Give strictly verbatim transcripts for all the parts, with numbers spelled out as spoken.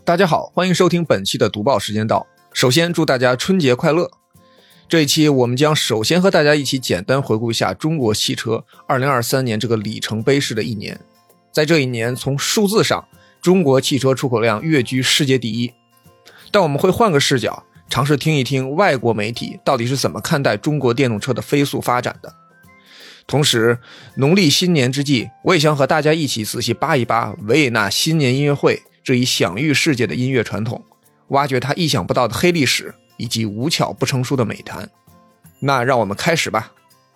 大家好，欢迎收听本期的读报时间到。首先祝大家春节快乐。这一期我们将首先和大家一起简单回顾一下中国汽车二零二三年这个里程碑式的一年。在这一年，从数字上，中国汽车出口量跃居世界第一。但我们会换个视角，尝试听一听外国媒体到底是怎么看待中国电动车的飞速发展的。同时，农历新年之际，我也想和大家一起仔细扒一扒维也纳新年音乐会这一享誉世界的音乐传统，挖掘它意想不到的黑历史以及无巧不成书的美谈。那让我们开始吧。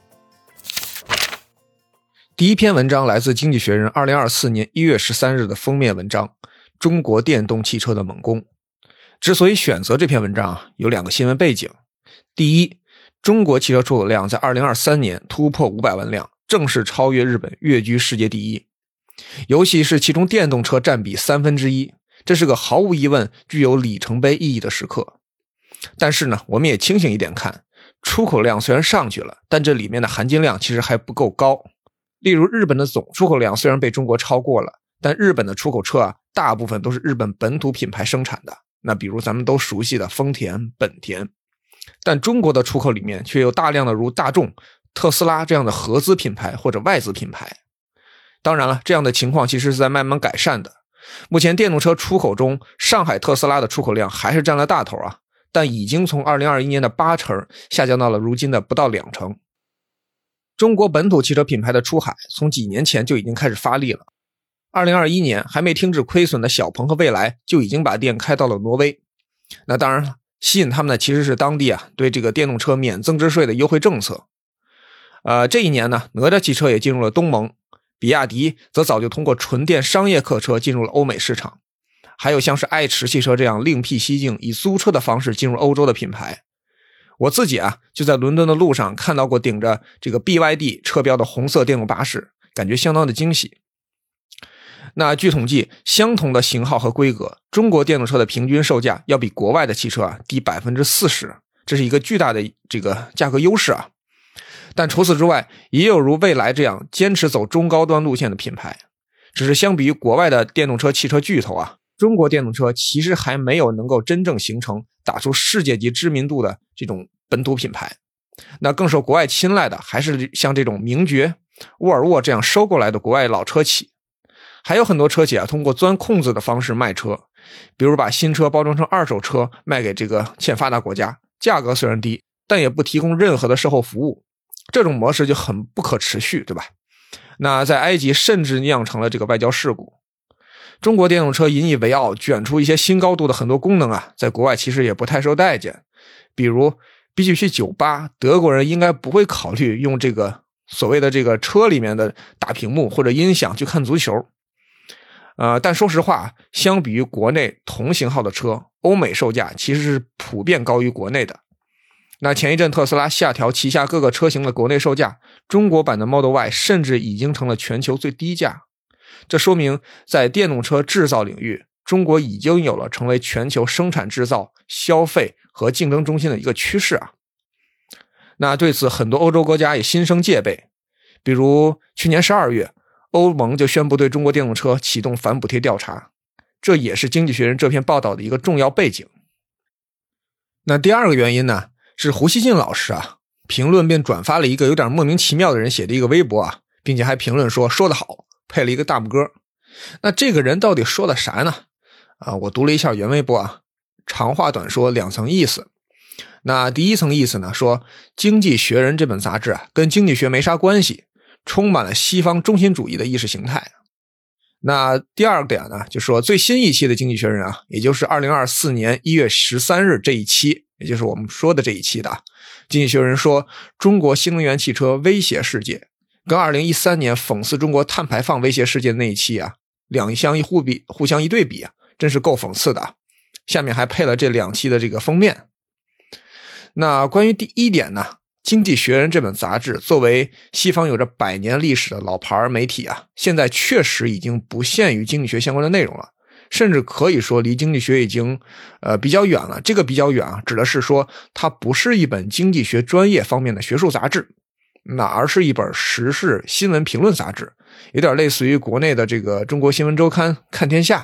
第一篇文章来自《经济学人》二零二四年一月十三日的封面文章，中国电动汽车的猛攻。之所以选择这篇文章，有两个新闻背景。第一，中国汽车出口量在二零二三年突破五百万辆，正式超越日本，跃居世界第一。尤其是其中电动车占比三分之一，这是个毫无疑问具有里程碑意义的时刻。但是呢，我们也清醒一点看，出口量虽然上去了，但这里面的含金量其实还不够高。例如日本的总出口量虽然被中国超过了，但日本的出口车啊，大部分都是日本本土品牌生产的。那比如咱们都熟悉的丰田、本田。但中国的出口里面却有大量的如大众、特斯拉这样的合资品牌或者外资品牌。当然了，这样的情况其实是在慢慢改善的。目前电动车出口中，上海特斯拉的出口量还是占了大头啊，但已经从二零二一年的八成下降到了如今的不到两成。中国本土汽车品牌的出海从几年前就已经开始发力了。二零二一年还没停止亏损的小鹏和蔚来就已经把店开到了挪威。那当然了，吸引他们的其实是当地啊对这个电动车免增值税的优惠政策。呃，这一年呢，哪吒汽车也进入了东盟，比亚迪则早就通过纯电商业客车进入了欧美市场。还有像是爱驰汽车这样另辟蹊径，以租车的方式进入欧洲的品牌。我自己啊就在伦敦的路上看到过顶着这个 B Y D 车标的红色电动巴士，感觉相当的惊喜。那据统计，相同的型号和规格，中国电动车的平均售价要比国外的汽车啊低 百分之四十， 这是一个巨大的这个价格优势啊。但除此之外，也有如蔚来这样坚持走中高端路线的品牌。只是相比于国外的电动车汽车巨头啊，中国电动车其实还没有能够真正形成打出世界级知名度的这种本土品牌。那更受国外青睐的还是像这种名爵、沃尔沃这样收购来的国外老车企。还有很多车企啊，通过钻空子的方式卖车，比如把新车包装成二手车卖给这个欠发达国家，价格虽然低，但也不提供任何的售后服务。这种模式就很不可持续，对吧？那在埃及甚至酿成了这个外交事故。中国电动车引以为傲，卷出一些新高度的很多功能啊，在国外其实也不太受待见。比如比起去酒吧，德国人应该不会考虑用这个所谓的这个车里面的大屏幕或者音响去看足球。呃，但说实话，相比于国内同型号的车，欧美售价其实是普遍高于国内的。那前一阵特斯拉下调旗下各个车型的国内售价，中国版的 Model Y 甚至已经成了全球最低价。这说明在电动车制造领域，中国已经有了成为全球生产制造、消费和竞争中心的一个趋势啊。那对此很多欧洲国家也心生戒备，比如去年十二月，欧盟就宣布对中国电动车启动反补贴调查，这也是《经济学人》这篇报道的一个重要背景。那第二个原因呢，是胡锡进老师啊，评论并转发了一个有点莫名其妙的人写的一个微博啊，并且还评论说说得好，配了一个大拇哥。那这个人到底说的啥呢？啊，我读了一下原微博啊，长话短说，两层意思。那第一层意思呢，说《经济学人》这本杂志啊，跟经济学没啥关系，充满了西方中心主义的意识形态。那第二点呢，就说最新一期的《经济学人》啊，也就是二零二四年一月十三日这一期，也就是我们说的这一期的《经济学人》说中国新能源汽车威胁世界，跟二零一三年讽刺中国碳排放威胁世界的那一期啊，两相一互比，互相一对比啊，真是够讽刺的。下面还配了这两期的这个封面。那关于第一点呢，《经济学人》这本杂志作为西方有着百年历史的老牌媒体啊，现在确实已经不限于经济学相关的内容了，甚至可以说离经济学已经呃比较远了。这个比较远啊，指的是说它不是一本经济学专业方面的学术杂志，那而是一本时事新闻评论杂志，有点类似于国内的这个中国新闻周刊、看天下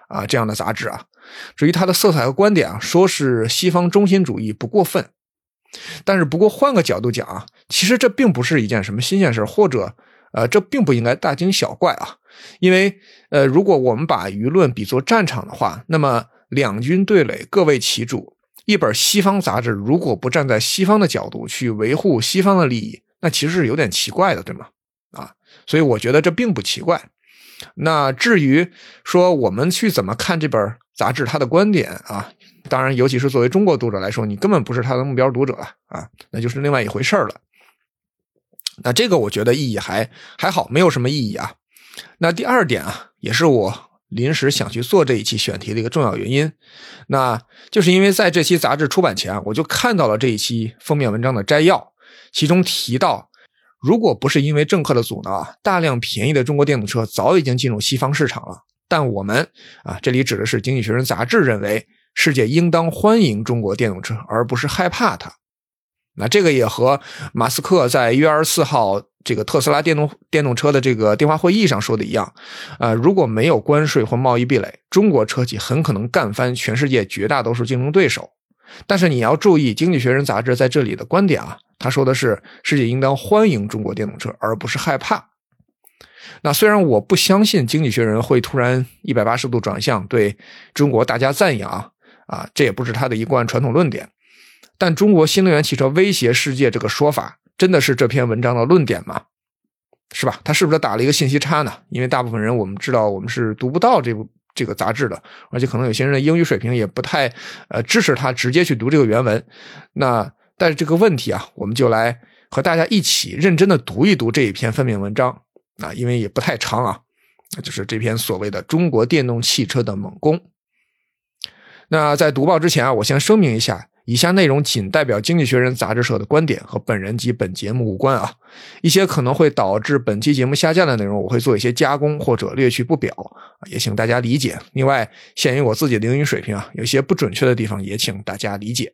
啊这样的杂志啊。至于它的色彩和观点啊，说是西方中心主义不过分。但是不过换个角度讲啊，其实这并不是一件什么新鲜事，或者呃这并不应该大惊小怪啊。因为呃如果我们把舆论比作战场的话，那么两军对垒各为其主，一本西方杂志如果不站在西方的角度去维护西方的利益，那其实是有点奇怪的，对吗？啊，所以我觉得这并不奇怪。那至于说我们去怎么看这本杂志它的观点啊，当然尤其是作为中国读者来说，你根本不是他的目标读者了啊，那就是另外一回事了。那这个我觉得意义还还好，没有什么意义啊。那第二点啊，也是我临时想去做这一期选题的一个重要原因，那就是因为在这期杂志出版前啊，我就看到了这一期封面文章的摘要，其中提到如果不是因为政客的阻挠啊，大量便宜的中国电动车早已经进入西方市场了。但我们啊，这里指的是《经济学人》杂志认为，世界应当欢迎中国电动车，而不是害怕它。那这个也和马斯克在一月二十四号这个特斯拉电动电动车的这个电话会议上说的一样，呃，如果没有关税或贸易壁垒，中国车企很可能干翻全世界绝大多数竞争对手。但是你要注意，《经济学人》杂志在这里的观点啊，他说的是世界应当欢迎中国电动车，而不是害怕。那虽然我不相信《经济学人》会突然一百八十度转向，对中国大加赞扬啊，这也不是他的一贯传统论点。但中国新能源汽车威胁世界这个说法，真的是这篇文章的论点吗？是吧？他是不是打了一个信息差呢？因为大部分人我们知道我们是读不到这部这个杂志的，而且可能有些人的英语水平也不太呃支持他直接去读这个原文。那但是这个问题啊，我们就来和大家一起认真的读一读这一篇封面文章啊，因为也不太长啊，就是这篇所谓的中国电动汽车的猛攻。那在读报之前啊，我先声明一下，以下内容仅代表经济学人杂志社的观点，和本人及本节目无关啊。一些可能会导致本期节目下架的内容，我会做一些加工或者略去不表，也请大家理解。另外，限于我自己的英语水平啊，有一些不准确的地方，也请大家理解。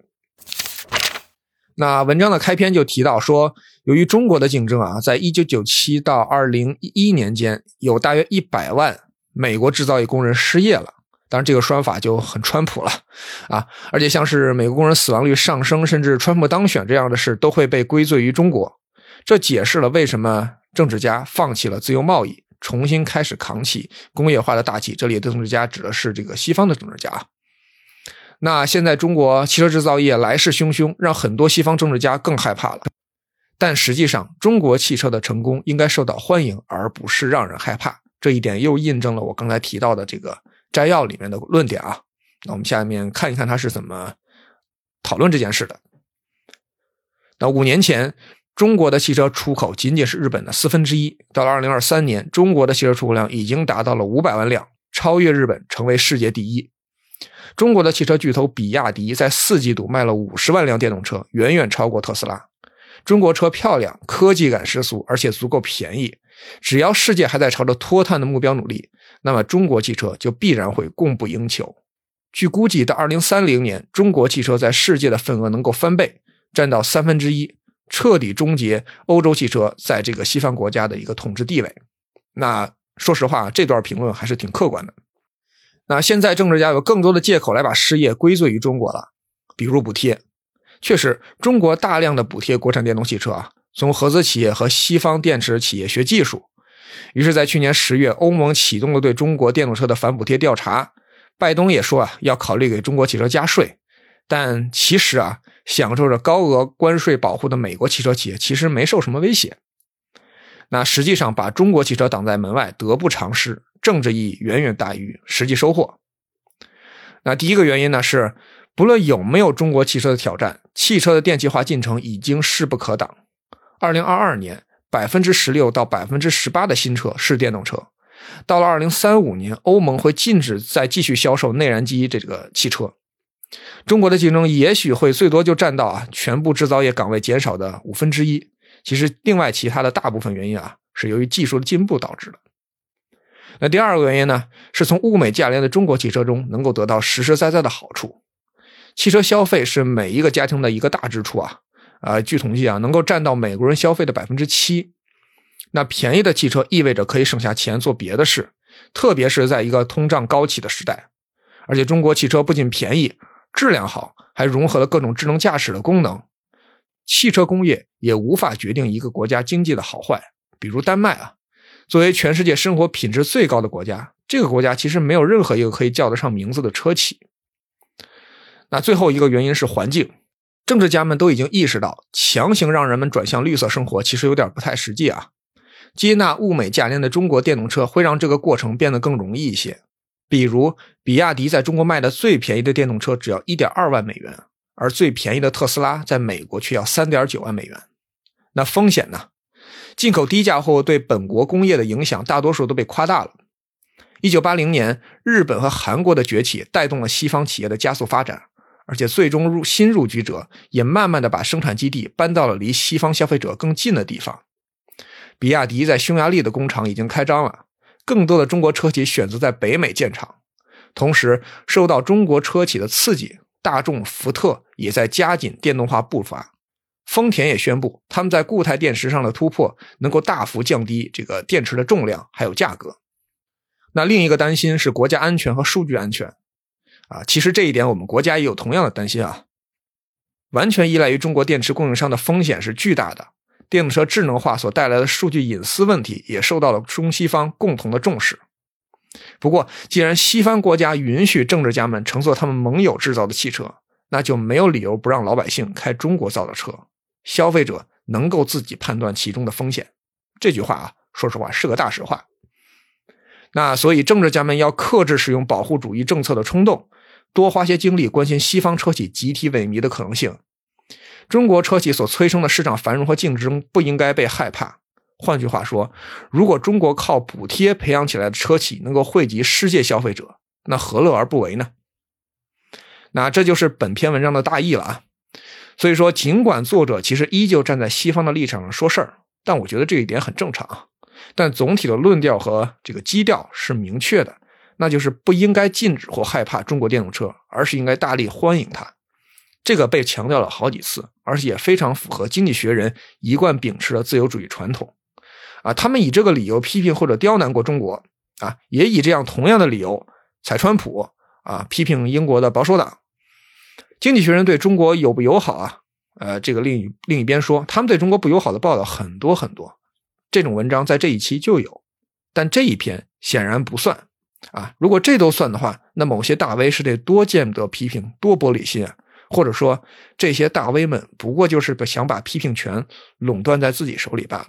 那文章的开篇就提到说，由于中国的竞争啊，在一九九七到二零一一年间，有大约一百万美国制造业工人失业了。当然这个说法就很川普了啊，而且像是美国工人死亡率上升，甚至川普当选这样的事都会被归罪于中国。这解释了为什么政治家放弃了自由贸易，重新开始扛起工业化的大旗。这里的政治家指的是这个西方的政治家。那现在中国汽车制造业来势汹汹，让很多西方政治家更害怕了。但实际上中国汽车的成功应该受到欢迎，而不是让人害怕。这一点又印证了我刚才提到的这个摘要里面的论点啊。那我们下面看一看他是怎么讨论这件事的。那五年前中国的汽车出口仅仅是日本的四分之一，到了二零二三年，中国的汽车出口量已经达到了五百万辆，超越日本，成为世界第一。中国的汽车巨头比亚迪在四季度卖了五十万辆电动车，远远超过特斯拉。中国车漂亮，科技感十足，而且足够便宜。只要世界还在朝着脱碳的目标努力，那么中国汽车就必然会供不应求。据估计，到二零三零年，中国汽车在世界的份额能够翻倍，占到三分之一，彻底终结欧洲汽车在这个西方国家的一个统治地位。那说实话，这段评论还是挺客观的。那现在政治家有更多的借口来把失业归罪于中国了，比如补贴。确实，中国大量的补贴国产电动汽车啊，从合资企业和西方电池企业学技术。于是在去年十月，欧盟启动了对中国电动车的反补贴调查。拜登也说啊，要考虑给中国汽车加税。但其实啊，享受着高额关税保护的美国汽车企业其实没受什么威胁。那实际上把中国汽车挡在门外，得不偿失，政治意义远远大于实际收获。那第一个原因呢是，不论有没有中国汽车的挑战，汽车的电气化进程已经势不可挡。二零二二年 百分之十六 到 百分之十八 的新车是电动车。到了二零三五年，欧盟会禁止再继续销售内燃机这个汽车。中国的竞争也许会最多就占到啊全部制造业岗位减少的五分之一。其实另外其他的大部分原因啊是由于技术的进步导致的。那第二个原因呢，是从物美价廉的中国汽车中能够得到实实在在的好处。汽车消费是每一个家庭的一个大支出啊，呃，据统计啊，能够占到美国人消费的 百分之七。那便宜的汽车意味着可以省下钱做别的事， 特别是在一个通胀高企的时代。而且中国汽车不仅便宜，质量好，还融合了各种智能驾驶的功能。汽车工业也无法决定一个国家经济的好坏。比如丹麦啊，作为全世界生活品质最高的国家，这个国家其实没有任何一个可以叫得上名字的车企。那最后一个原因是环境。政治家们都已经意识到，强行让人们转向绿色生活其实有点不太实际啊。接纳物美价廉的中国电动车会让这个过程变得更容易一些。比如比亚迪在中国卖的最便宜的电动车只要 一点二万美元，而最便宜的特斯拉在美国却要 三点九万美元。那风险呢？进口低价货对本国工业的影响大多数都被夸大了。一九八零年，日本和韩国的崛起带动了西方企业的加速发展，而且最终入新入局者也慢慢的把生产基地搬到了离西方消费者更近的地方。比亚迪在匈牙利的工厂已经开张了，更多的中国车企选择在北美建厂。同时受到中国车企的刺激，大众、福特也在加紧电动化步伐。丰田也宣布他们在固态电池上的突破能够大幅降低这个电池的重量还有价格。那另一个担心是国家安全和数据安全啊，其实这一点我们国家也有同样的担心啊。完全依赖于中国电池供应商的风险是巨大的，电动车智能化所带来的数据隐私问题也受到了中西方共同的重视。不过既然西方国家允许政治家们乘坐他们盟友制造的汽车，那就没有理由不让老百姓开中国造的车。消费者能够自己判断其中的风险。这句话啊，说实话是个大实话。那所以政治家们要克制使用保护主义政策的冲动，多花些精力关心西方车企集体萎靡的可能性。中国车企所催生的市场繁荣和竞争不应该被害怕。换句话说，如果中国靠补贴培养起来的车企能够惠及世界消费者，那何乐而不为呢？那这就是本篇文章的大意了啊。所以说尽管作者其实依旧站在西方的立场上说事儿，但我觉得这一点很正常啊。但总体的论调和这个基调是明确的，那就是不应该禁止或害怕中国电动车，而是应该大力欢迎它。这个被强调了好几次，而且也非常符合经济学人一贯秉持的自由主义传统啊。他们以这个理由批评或者刁难过中国啊，也以这样同样的理由踩川普啊，批评英国的保守党。经济学人对中国友不友好啊？呃，这个另一另一边说，他们对中国不友好的报道很多很多，这种文章在这一期就有，但这一篇显然不算啊。如果这都算的话，那某些大 V 是得多见得批评，多玻璃心啊。或者说，这些大 V 们不过就是想把批评权垄断在自己手里罢了。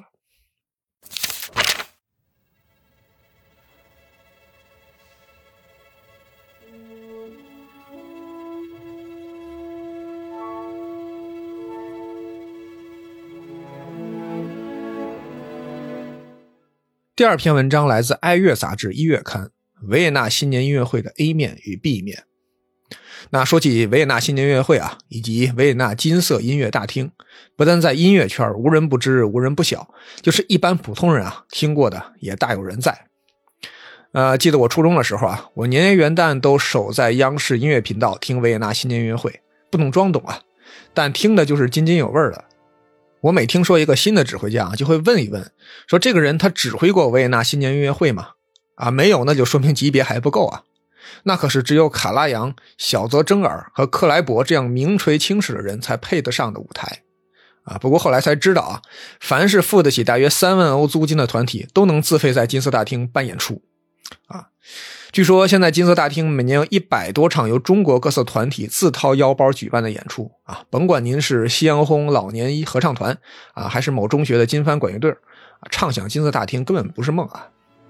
第二篇文章来自《爱乐》杂志一月刊，维也纳新年音乐会的 A 面与 B 面。那说起维也纳新年音乐会啊，以及维也纳金色音乐大厅，不但在音乐圈无人不知无人不晓，就是一般普通人啊听过的也大有人在。呃，记得我初中的时候啊，我年年元旦都守在央视音乐频道听维也纳新年音乐会，不能装懂啊，但听的就是津津有味的。我每听说一个新的指挥家啊，就会问一问，说这个人他指挥过维也纳新年音乐会吗？啊，没有，那就说明级别还不够啊。那可是只有卡拉扬、小泽征尔和克莱伯这样名垂青史的人才配得上的舞台啊。不过后来才知道啊，凡是付得起大约三万欧租金的团体都能自费在金色大厅办演出啊。据说现在金色大厅每年有一百多场由中国各色团体自掏腰包举办的演出啊，甭管您是夕阳红老年合唱团啊，还是某中学的金帆管乐队啊，畅想金色大厅根本不是梦啊。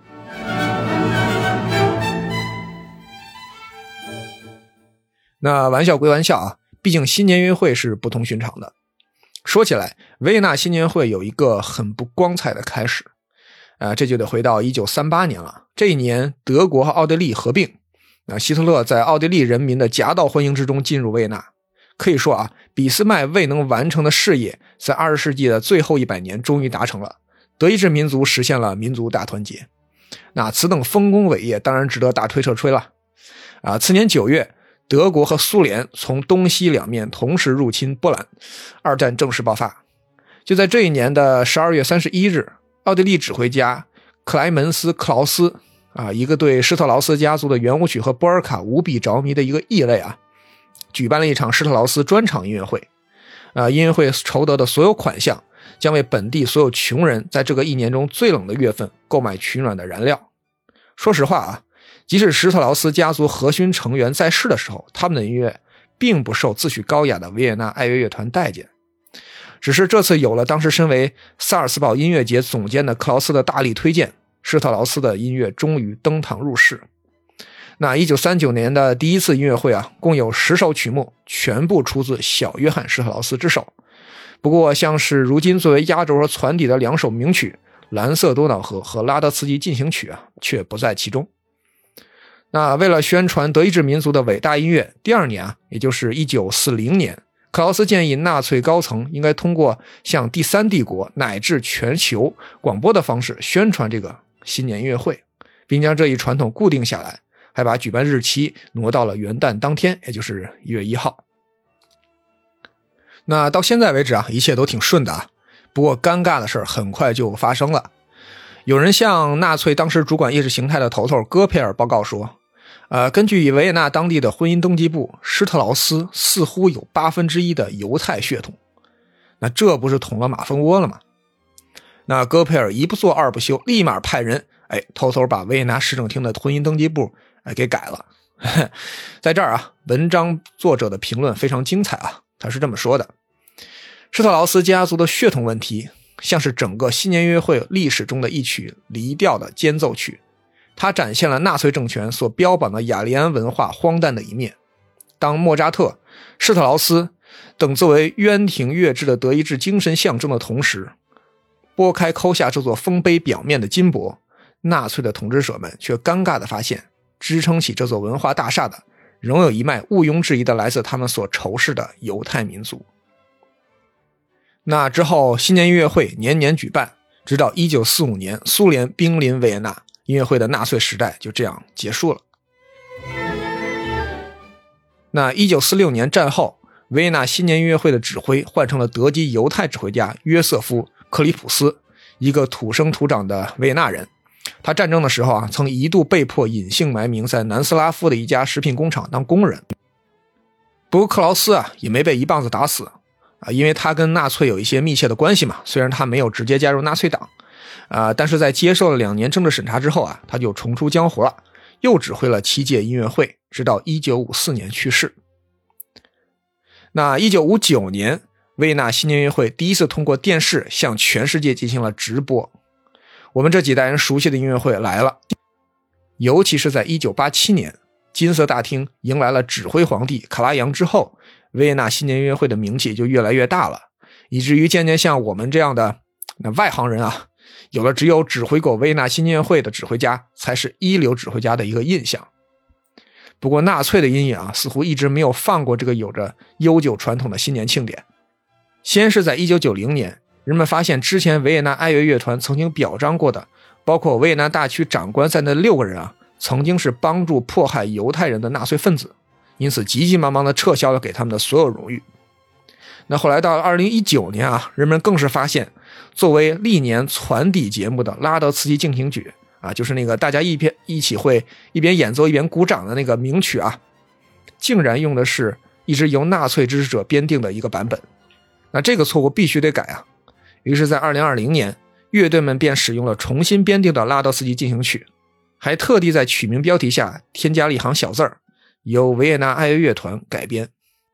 那玩笑归玩笑啊，毕竟新年音乐会是不同寻常的。说起来，维也纳新年会有一个很不光彩的开始啊，这就得回到一九三八年了。这一年德国和奥地利合并，那希特勒在奥地利人民的夹道欢迎之中进入维也纳。可以说啊，俾斯麦未能完成的事业在二十世纪的最后一百年终于达成了，德意志民族实现了民族大团结。那此等丰功伟业当然值得大吹特吹了啊。次年九月，德国和苏联从东西两面同时入侵波兰，二战正式爆发。就在这一年的十二月三十一日，奥地利指挥家克莱门斯·克劳斯啊，一个对施特劳斯家族的圆舞曲和波尔卡无比着迷的一个异类啊，举办了一场施特劳斯专场音乐会。啊，音乐会筹得的所有款项将为本地所有穷人在这个一年中最冷的月份购买取暖的燃料。说实话啊，即使施特劳斯家族核心成员在世的时候，他们的音乐并不受自诩高雅的维也纳爱乐乐团待见。只是这次有了当时身为萨尔茨堡音乐节总监的克劳斯的大力推荐，施特劳斯的音乐终于登堂入室。那一九三九年的第一次音乐会啊，共有十首曲目，全部出自小约翰施特劳斯之手。不过像是如今作为压轴和传底的两首名曲《蓝色多瑙河》和《拉德茨基进行曲》啊，却不在其中。那为了宣传德意志民族的伟大音乐，第二年啊，也就是一九四零年，克劳斯建议纳粹高层应该通过向第三帝国乃至全球广播的方式宣传这个新年音乐会，并将这一传统固定下来，还把举办日期挪到了元旦当天，也就是一月一号。那到现在为止啊，一切都挺顺的啊。不过尴尬的事很快就发生了。有人向纳粹当时主管意识形态的头头戈培尔报告说，呃，根据维也纳当地的婚姻登记簿，施特劳斯似乎有八分之一的犹太血统。那这不是捅了马蜂窝了吗？那戈培尔一不做二不休，立马派人哎，偷偷把维也纳市政厅的婚姻登记簿哎给改了。在这儿啊，文章作者的评论非常精彩啊，他是这么说的：施特劳斯家族的血统问题像是整个新年音乐会历史中的一曲离调的间奏曲，它展现了纳粹政权所标榜的雅利安文化荒诞的一面。当莫扎特、施特劳斯等作为渊庭乐制的德意志精神象征的同时，拨开抠下这座丰碑表面的金箔，纳粹的统治者们却尴尬地发现，支撑起这座文化大厦的仍有一脉毋庸置疑的来自他们所仇视的犹太民族。那之后新年音乐会年年举办，直到一九四五年苏联兵临维也纳，音乐会的纳粹时代就这样结束了。那一九四六年战后，维也纳新年音乐会的指挥换成了德籍犹太指挥家约瑟夫·克里普斯，一个土生土长的维也纳人。他战争的时候啊，曾一度被迫隐姓埋名在南斯拉夫的一家食品工厂当工人。不过克劳斯啊也没被一棒子打死啊，因为他跟纳粹有一些密切的关系嘛。虽然他没有直接加入纳粹党啊，但是在接受了两年政治审查之后啊，他就重出江湖了，又指挥了七届音乐会，直到一九五四年去世。那一九五九年，维也纳新年音乐会第一次通过电视向全世界进行了直播。我们这几代人熟悉的音乐会来了，尤其是在一九八七年，金色大厅迎来了指挥皇帝卡拉扬之后，维也纳新年音乐会的名气就越来越大了，以至于渐渐像我们这样的那外行人啊，有了只有指挥过维也纳新年音乐会的指挥家才是一流指挥家的一个印象。不过纳粹的阴影啊，似乎一直没有放过这个有着悠久传统的新年庆典。先是在一九九零年，人们发现之前维也纳爱乐乐团曾经表彰过的包括维也纳大区长官在内的六个人啊，曾经是帮助迫害犹太人的纳粹分子，因此急急忙忙地撤销了给他们的所有荣誉。那后来到了二零一九年啊，人们更是发现作为历年传底节目的拉德茨基进行曲啊，就是那个大家一边一起会一边演奏一边鼓掌的那个名曲啊，竟然用的是一直由纳粹支持者编定的一个版本。那这个错误必须得改啊！于是在二零二零年，乐队们便使用了重新编定的拉德茨基进行曲，还特地在曲名标题下添加了一行小字儿，由维也纳爱乐乐团改编。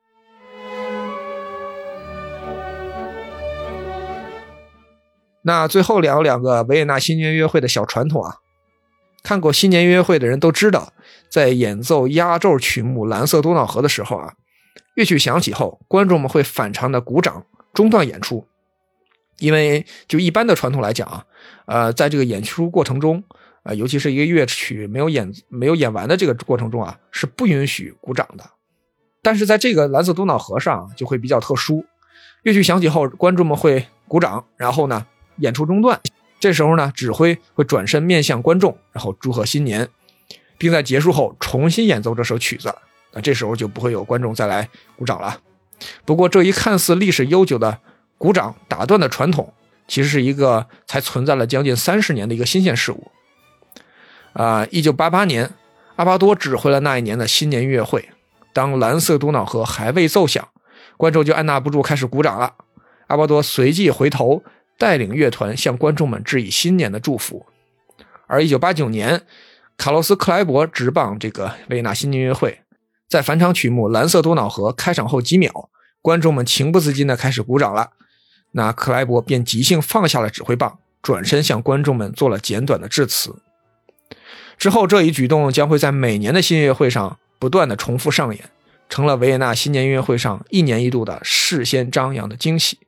那最后聊两个维也纳新年音乐会的小传统啊。看过新年音乐会的人都知道，在演奏压轴曲目《蓝色多瑙河》的时候啊，乐曲响起后，观众们会反常的鼓掌，中断演出。因为就一般的传统来讲啊，呃，在这个演出过程中，呃，尤其是一个乐曲没有演没有演完的这个过程中啊，是不允许鼓掌的。但是在这个蓝色多瑙河上就会比较特殊，乐曲响起后，观众们会鼓掌，然后呢，演出中断。这时候呢，指挥会转身面向观众，然后祝贺新年，并在结束后重新演奏这首曲子。那这时候就不会有观众再来鼓掌了。不过这一看似历史悠久的鼓掌打断的传统，其实是一个才存在了将近三十年的一个新鲜事物。 啊、呃，一九八八年，阿巴多指挥了那一年的新年音乐会。当蓝色多瑙河还未奏响，观众就按捺不住开始鼓掌了。阿巴多随即回头，带领乐团向观众们致以新年的祝福。而一九八九年，卡洛斯·克莱伯执棒这个维也纳新年音乐会，在返场曲目《蓝色多瑙河》开场后几秒，观众们情不自禁地开始鼓掌了。那克莱伯便即兴放下了指挥棒，转身向观众们做了简短的致辞。之后，这一举动将会在每年的新音乐会上不断的重复上演，成了维也纳新年音乐会上一年一度的事先张扬的惊喜。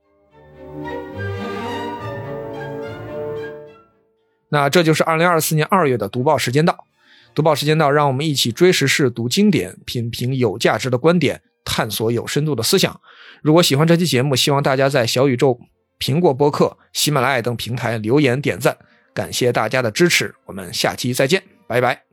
那这就是二零二四年二月的读报时间到。读报时间到，让我们一起追时事、读经典，品评有价值的观点，探索有深度的思想。如果喜欢这期节目，希望大家在小宇宙、苹果播客、喜马拉雅等平台留言点赞，感谢大家的支持，我们下期再见，拜拜。